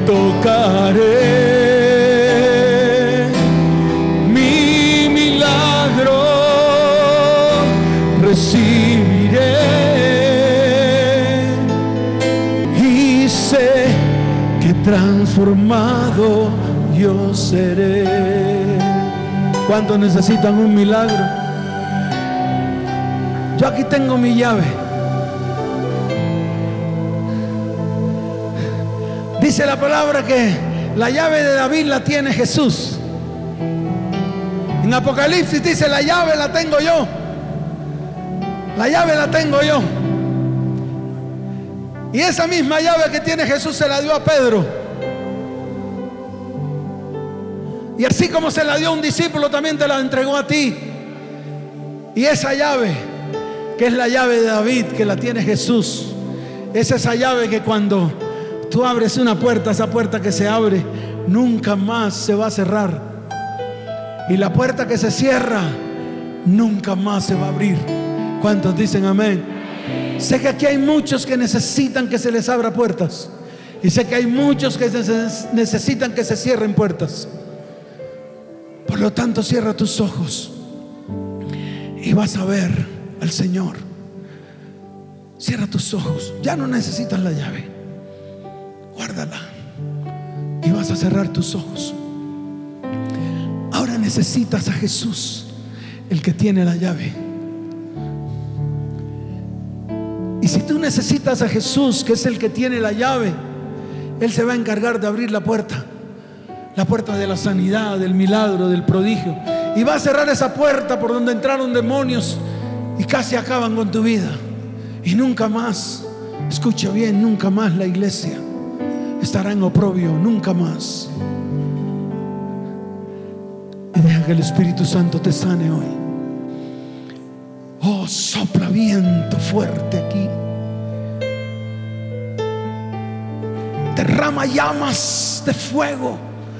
tocaré, mi milagro recibiré y sé que transformado yo seré. ¿Cuántos necesitan un milagro? Yo aquí tengo mi llave. Dice la palabra que la llave de David la tiene Jesús. En Apocalipsis dice: la llave la tengo yo. La llave la tengo yo. Y esa misma llave que tiene Jesús se la dio a Pedro. Y así como se la dio a un discípulo, también te la entregó a ti. Y esa llave, que es la llave de David, que la tiene Jesús, es esa llave que cuando tú abres una puerta, esa puerta que se abre nunca más se va a cerrar. Y la puerta que se cierra nunca más se va a abrir. ¿Cuántos dicen amén? Sé que aquí hay muchos que necesitan que se les abra puertas. Y sé que hay muchos que necesitan que se cierren puertas. Por lo tanto, cierra tus ojos y vas a ver al Señor. Cierra tus ojos. Ya no necesitas la llave. Guárdala y vas a cerrar tus ojos. Ahora necesitas a Jesús, el que tiene la llave. Y si tú necesitas a Jesús, que es el que tiene la llave, Él se va a encargar de abrir la puerta. La puerta de la sanidad, del milagro, del prodigio. Y va a cerrar esa puerta por donde entraron demonios y casi acaban con tu vida. Y nunca más, escucha bien, nunca más la iglesia estará en oprobio, nunca más. Y deja que el Espíritu Santo te sane hoy. Oh, sopla viento fuerte aquí. Derrama llamas de fuego.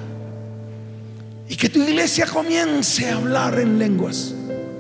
Y que tu iglesia comience a hablar en lenguas.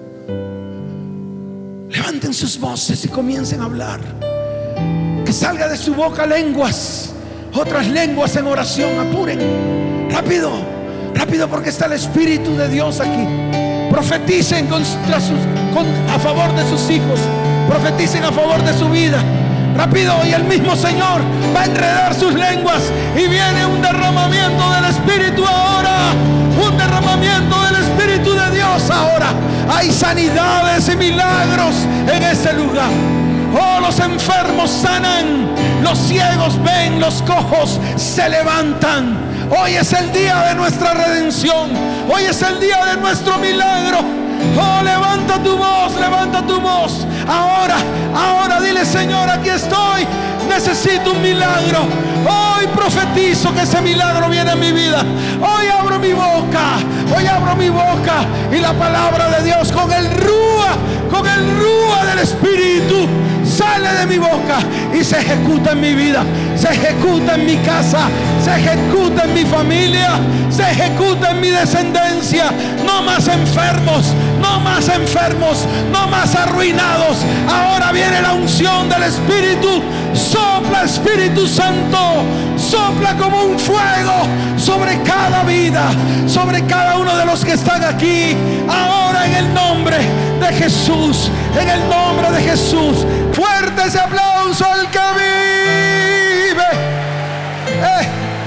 Levanten sus voces y comiencen a hablar. Que salga de su boca lenguas, otras lenguas en oración. Apuren, rápido, rápido, porque está el Espíritu de Dios aquí. Profeticen contra sus, con, a favor de sus hijos. Profeticen a favor de su vida. Rápido, y el mismo Señor va a enredar sus lenguas. Y viene un derramamiento del Espíritu ahora. Un derramamiento del Espíritu de Dios ahora. Hay sanidades y milagros en ese lugar. Oh, los enfermos sanan, los ciegos ven, los cojos se levantan. Hoy es el día de nuestra redención. Hoy es el día de nuestro milagro. Oh, levanta tu voz, levanta tu voz. Ahora, ahora dile: Señor, aquí estoy. Necesito un milagro. Hoy profetizo que ese milagro viene a mi vida. Hoy abro mi boca. Hoy abro mi boca. Y la palabra de Dios con el rúa, con el rúa del Espíritu, sale de mi boca y se ejecuta en mi vida, se ejecuta en mi casa, se ejecuta en mi familia, se ejecuta en mi descendencia. No más enfermos, no más enfermos, no más arruinados. Ahora viene la unción del Espíritu. Sopla, Espíritu Santo, sopla como un fuego sobre cada vida, sobre cada uno de los que están aquí. Ahora, en el nombre de Jesús, en el nombre de Jesús. Fuerte ese aplauso al que vive. Eh.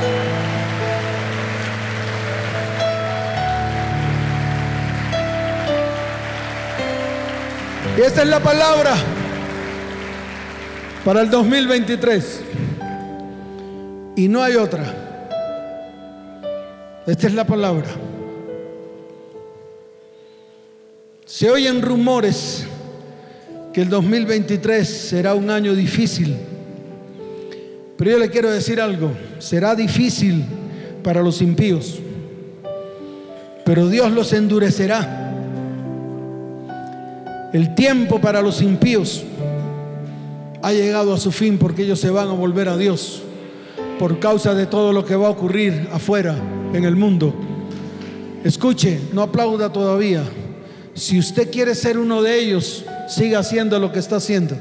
Y esta es la palabra para el dos mil veintitrés. Y no hay otra. Esta es la palabra. Se oyen rumores que el dos mil veintitrés será un año difícil. Pero yo le quiero decir algo: será difícil para los impíos, pero Dios los endurecerá. El tiempo para los impíos ha llegado a su fin, porque ellos se van a volver a Dios por causa de todo lo que va a ocurrir afuera en el mundo. Escuche, no aplauda todavía. Si usted quiere ser uno de ellos, siga haciendo lo que está haciendo.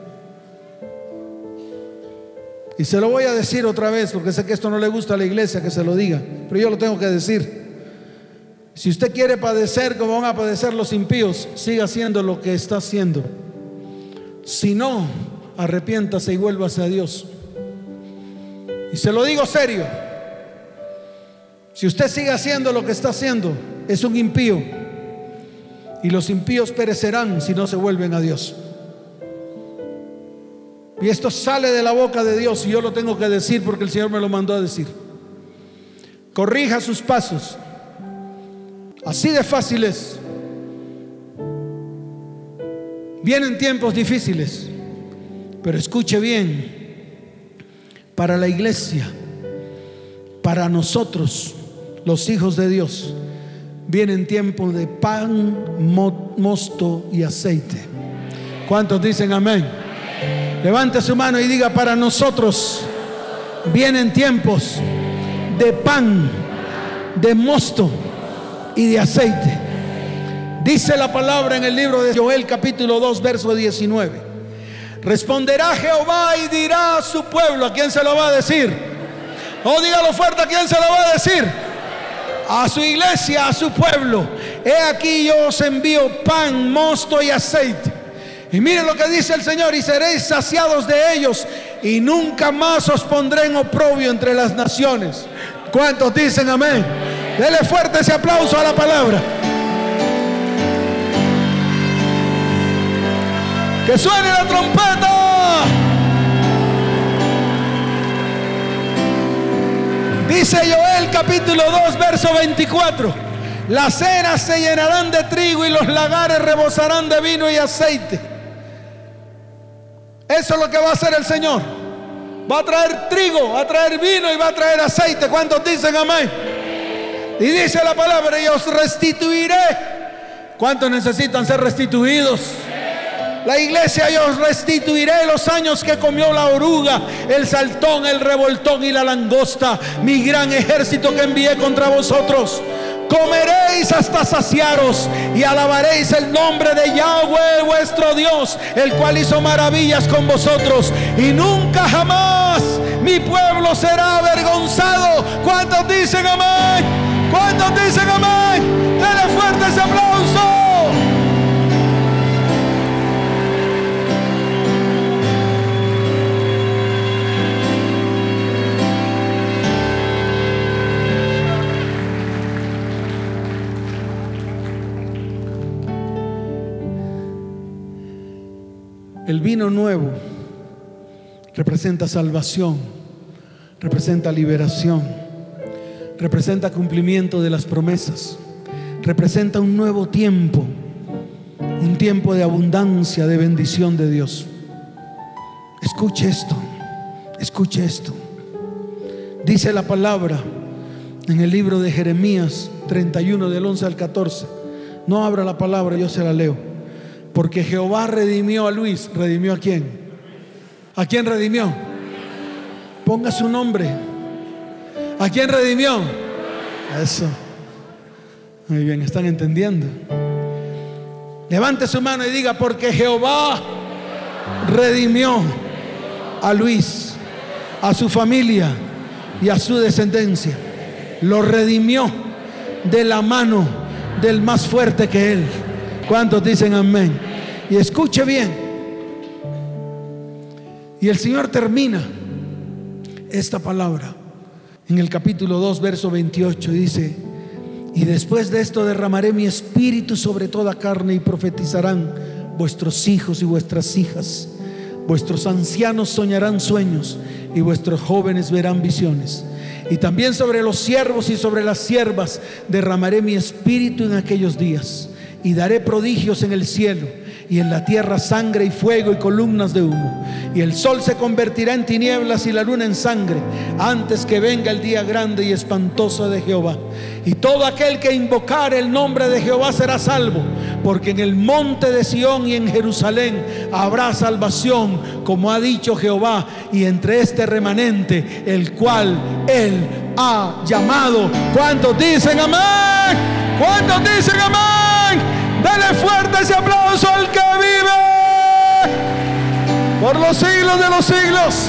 Y se lo voy a decir otra vez, porque sé que esto no le gusta a la iglesia que se lo diga, pero yo lo tengo que decir. Si usted quiere padecer como van a padecer los impíos, siga haciendo lo que está haciendo. Si no, arrepiéntase y vuélvase a Dios. Y se lo digo serio: si usted sigue haciendo lo que está haciendo, es un impío, y los impíos perecerán si no se vuelven a Dios. Y esto sale de la boca de Dios, y yo lo tengo que decir porque el Señor me lo mandó a decir. Corrija sus pasos. Así de fácil es. Vienen tiempos difíciles, pero escuche bien: para la iglesia, para nosotros, los hijos de Dios, vienen tiempos de pan, mo- mosto y aceite. ¿Cuántos dicen amén? Levante su mano y diga: para nosotros vienen tiempos de pan, de mosto y de aceite. Dice la palabra en el libro de Joel capítulo dos verso diecinueve: responderá Jehová y dirá a su pueblo. ¿A quién se lo va a decir? Oh, dígalo fuerte: ¿a quién se lo va a decir? A su iglesia, a su pueblo. He aquí yo os envío pan, mosto y aceite. Y miren lo que dice el Señor: y seréis saciados de ellos, y nunca más os pondré en oprobio entre las naciones. ¿Cuántos dicen amén? Dele fuerte ese aplauso a la palabra. Que suene la trompeta. Dice Joel capítulo dos verso veinticuatro: las eras se llenarán de trigo y los lagares rebosarán de vino y aceite. Eso es lo que va a hacer el Señor. Va a traer trigo, va a traer vino y va a traer aceite. ¿Cuántos dicen amén? Y dice la palabra: y os restituiré. ¿Cuántos necesitan ser restituidos? La iglesia: yo os restituiré los años que comió la oruga, el saltón, el revoltón y la langosta, mi gran ejército que envié contra vosotros. Comeréis hasta saciaros y alabaréis el nombre de Yahweh vuestro Dios, el cual hizo maravillas con vosotros, y nunca jamás mi pueblo será avergonzado. ¿Cuántos dicen amén? ¿Cuántos dicen amén? Dale fuerte ese aplauso. El vino nuevo representa salvación, representa liberación, representa cumplimiento de las promesas, representa un nuevo tiempo, un tiempo de abundancia, de bendición de Dios. Escuche esto, escuche esto. Dice la palabra en el libro de Jeremías treinta y uno, del once al catorce. No abra la palabra, yo se la leo. Porque Jehová redimió a Luis. ¿Redimió a quién? ¿A quién redimió? Ponga su nombre. ¿A quién redimió? Eso. Muy bien, ¿están entendiendo? Levante su mano y diga: porque Jehová redimió a Luis, a su familia y a su descendencia. Lo redimió de la mano del más fuerte que él. ¿Cuántos dicen amén? Y escuche bien. Y el Señor termina esta palabra en el capítulo dos, verso veintiocho. Dice: y después de esto derramaré mi espíritu sobre toda carne, y profetizarán vuestros hijos y vuestras hijas. Vuestros ancianos soñarán sueños, y vuestros jóvenes verán visiones. Y también sobre los siervos y sobre las siervas derramaré mi espíritu en aquellos días. Y daré prodigios en el cielo y en la tierra, sangre y fuego y columnas de humo. Y el sol se convertirá en tinieblas y la luna en sangre, antes que venga el día grande y espantoso de Jehová. Y todo aquel que invocare el nombre de Jehová será salvo, porque en el monte de Sión y en Jerusalén habrá salvación, como ha dicho Jehová, y entre este remanente, el cual él ha llamado. ¿Cuántos dicen amén? ¿Cuántos dicen amén? Dale fuerte ese aplauso al que vive por los siglos de los siglos.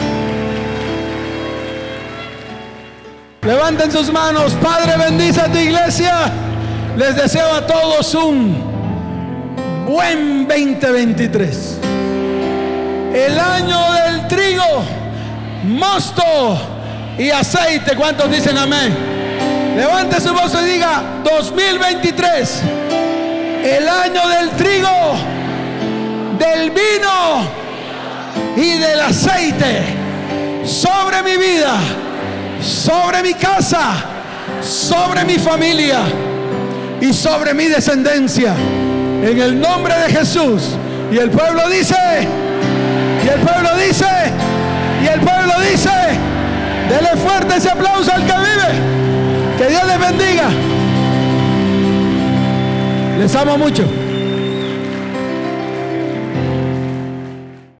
Levanten sus manos. Padre, bendice a tu iglesia. Les deseo a todos un buen veinte veintitrés. El año del trigo, mosto y aceite. ¿Cuántos dicen amén? Levante su voz y diga: dos mil veintitrés. El año del trigo, del vino y del aceite sobre mi vida, sobre mi casa, sobre mi familia y sobre mi descendencia, en el nombre de Jesús. Y el pueblo dice, y el pueblo dice, y el pueblo dice: dele fuerte ese aplauso al que vive. Que Dios les bendiga. Les amo mucho.